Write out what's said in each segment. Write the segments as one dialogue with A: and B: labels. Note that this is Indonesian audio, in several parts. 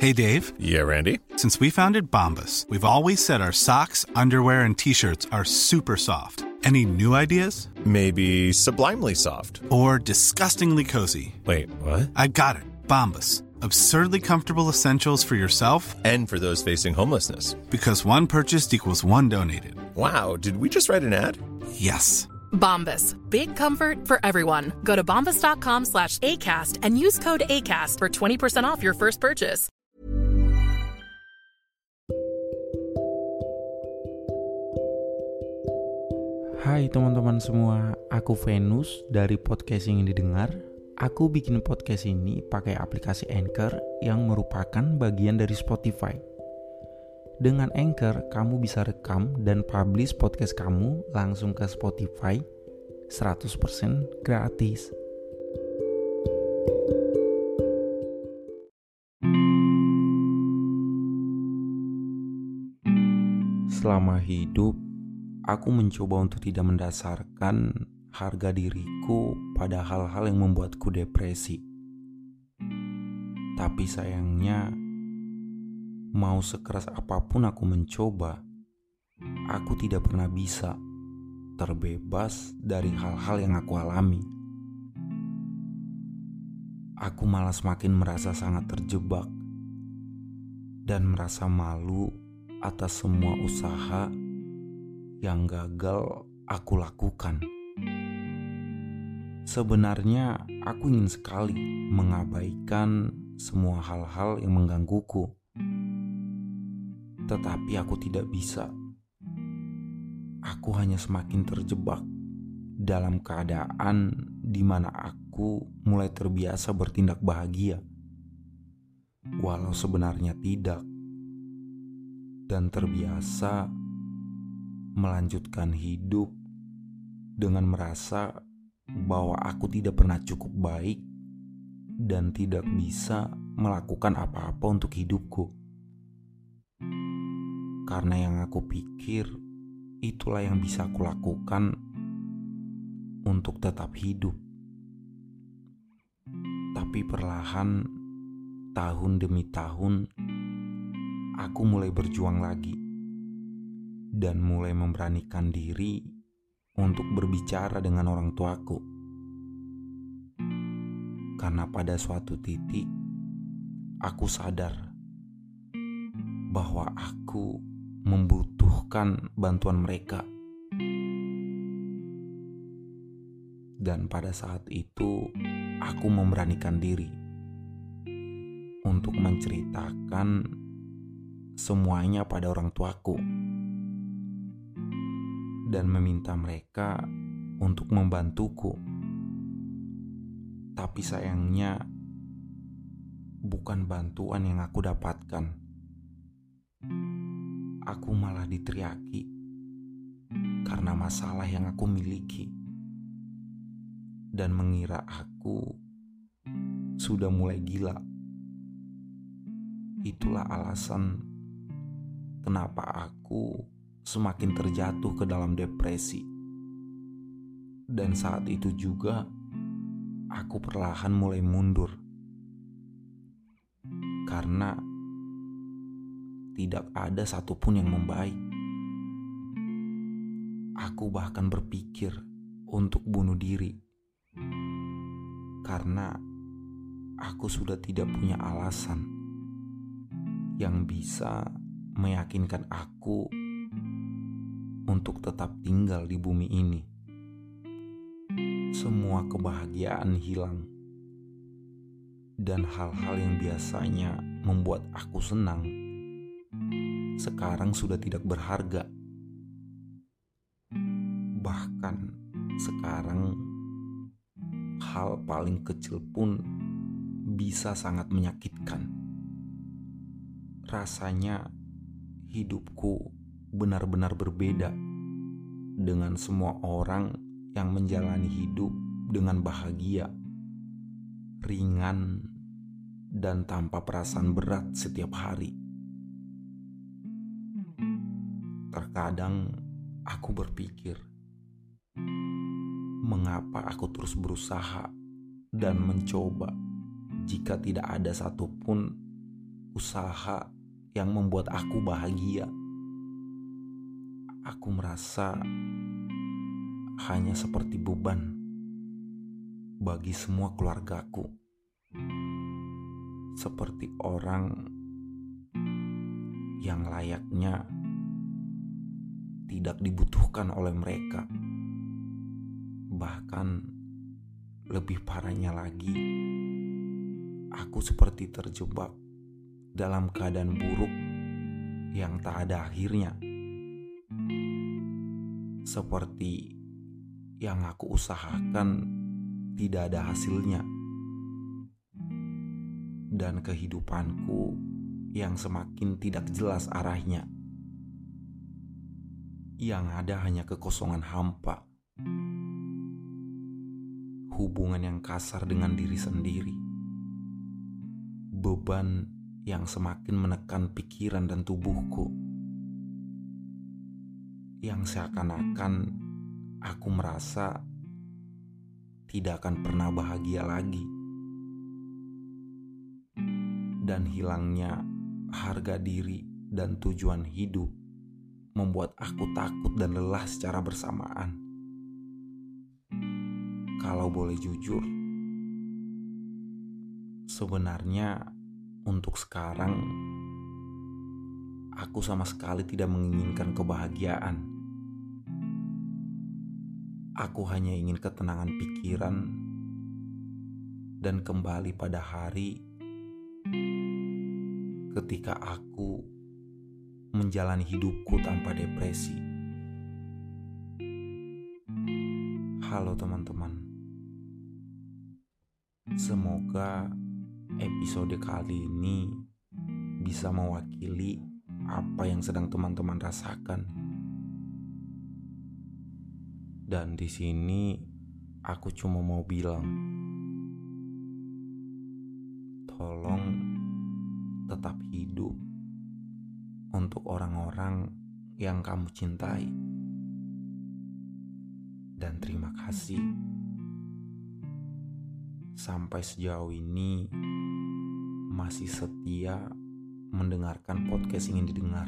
A: Hey, Dave.
B: Yeah, Randy?
A: Since we founded Bombas, we've always said our socks, underwear, and T-shirts are super soft. Any new ideas?
B: Maybe sublimely soft.
A: Or disgustingly cozy?
B: Wait, what?
A: I got it. Bombas. Absurdly comfortable essentials for yourself
B: And for those facing homelessness.
A: because one purchased equals one donated.
B: Wow, did we just write an ad?
A: Yes.
C: Bombas. Big comfort for everyone. Go to bombas.com/ACAST and use code ACAST for 20% off your first purchase.
D: Hai teman-teman semua, aku Venus dari podcast yang didengar. Aku bikin podcast ini pakai aplikasi Anchor yang merupakan bagian dari Spotify. Dengan Anchor, kamu bisa rekam dan publish podcast kamu langsung ke Spotify 100% gratis. Selama hidup, aku mencoba untuk tidak mendasarkan harga diriku pada hal-hal yang membuatku depresi. Tapi sayangnya, mau sekeras apapun aku mencoba, aku tidak pernah bisa terbebas dari hal-hal yang aku alami. Aku malah semakin merasa sangat terjebak dan merasa malu atas semua usaha yang gagal aku lakukan. Sebenarnya aku ingin sekali mengabaikan semua hal-hal yang menggangguku, tetapi aku tidak bisa. Aku hanya semakin terjebak dalam keadaan di mana aku mulai terbiasa bertindak bahagia, walau sebenarnya tidak, dan terbiasa melanjutkan hidup dengan merasa bahwa aku tidak pernah cukup baik dan tidak bisa melakukan apa-apa untuk hidupku. Karena yang aku pikir itulah yang bisa aku lakukan untuk tetap hidup. Tapi perlahan, tahun demi tahun, aku mulai berjuang lagi dan mulai memberanikan diri untuk berbicara dengan orang tuaku. Karena pada suatu titik, aku sadar bahwa aku membutuhkan bantuan mereka. Dan pada saat itu, aku memberanikan diri untuk menceritakan semuanya pada orang tuaku dan meminta mereka untuk membantuku. Tapi sayangnya bukan bantuan yang aku dapatkan. Aku malah diteriaki karena masalah yang aku miliki dan mengira aku sudah mulai gila. Itulah alasan kenapa aku semakin terjatuh ke dalam depresi. Dan saat itu juga aku perlahan mulai mundur. Karena tidak ada satupun yang membaik. Aku bahkan berpikir untuk bunuh diri. Karena aku sudah tidak punya alasan yang bisa meyakinkan aku untuk tetap tinggal di bumi ini. Semua kebahagiaan hilang, dan hal-hal yang biasanya membuat aku senang sekarang sudah tidak berharga. Bahkan sekarang hal paling kecil pun bisa sangat menyakitkan. Rasanya hidupku benar-benar berbeda dengan semua orang yang menjalani hidup dengan bahagia, ringan, dan tanpa perasaan berat setiap hari. Terkadang aku berpikir, mengapa aku terus berusaha dan mencoba jika tidak ada satupun usaha yang membuat aku bahagia. Aku merasa hanya seperti beban bagi semua keluargaku. Seperti orang yang layaknya tidak dibutuhkan oleh mereka. Bahkan lebih parahnya lagi, aku seperti terjebak dalam keadaan buruk yang tak ada akhirnya. Seperti yang aku usahakan tidak ada hasilnya. Dan kehidupanku yang semakin tidak jelas arahnya. Yang ada hanya kekosongan hampa. Hubungan yang kasar dengan diri sendiri. Beban yang semakin menekan pikiran dan tubuhku. Yang seakan-akan aku merasa tidak akan pernah bahagia lagi. Dan hilangnya harga diri dan tujuan hidup membuat aku takut dan lelah secara bersamaan. Kalau boleh jujur, sebenarnya untuk sekarang aku sama sekali tidak menginginkan kebahagiaan. Aku hanya ingin ketenangan pikiran dan kembali pada hari ketika aku menjalani hidupku tanpa depresi. Halo teman-teman. Semoga episode kali ini bisa mewakili apa yang sedang teman-teman rasakan. Dan di sini aku cuma mau bilang, tolong tetap hidup untuk orang-orang yang kamu cintai. Dan terima kasih sampai sejauh ini masih setia mendengarkan podcast ingin didengar.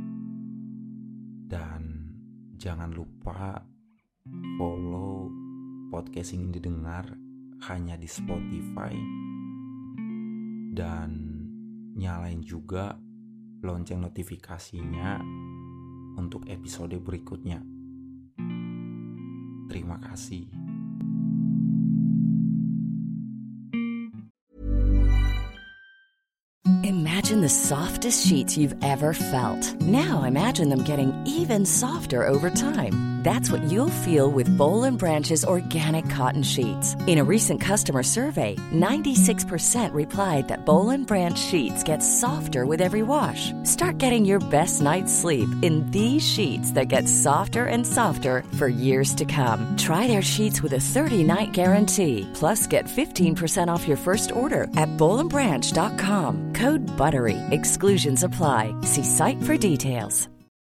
D: Dan jangan lupa follow podcast ingin didengar hanya di Spotify. Dan nyalain juga lonceng notifikasinya untuk episode berikutnya. Terima kasih.
E: Imagine the softest sheets you've ever felt. Now imagine them getting even softer over time. That's what you'll feel with Boll & Branch's organic cotton sheets. In a recent customer survey, 96% replied that Boll & Branch sheets get softer with every wash. Start getting your best night's sleep in these sheets that get softer and softer for years to come. Try their sheets with a 30-night guarantee. Plus, get 15% off your first order at bollandbranch.com. Code BUTTERY. Exclusions apply. See site for details.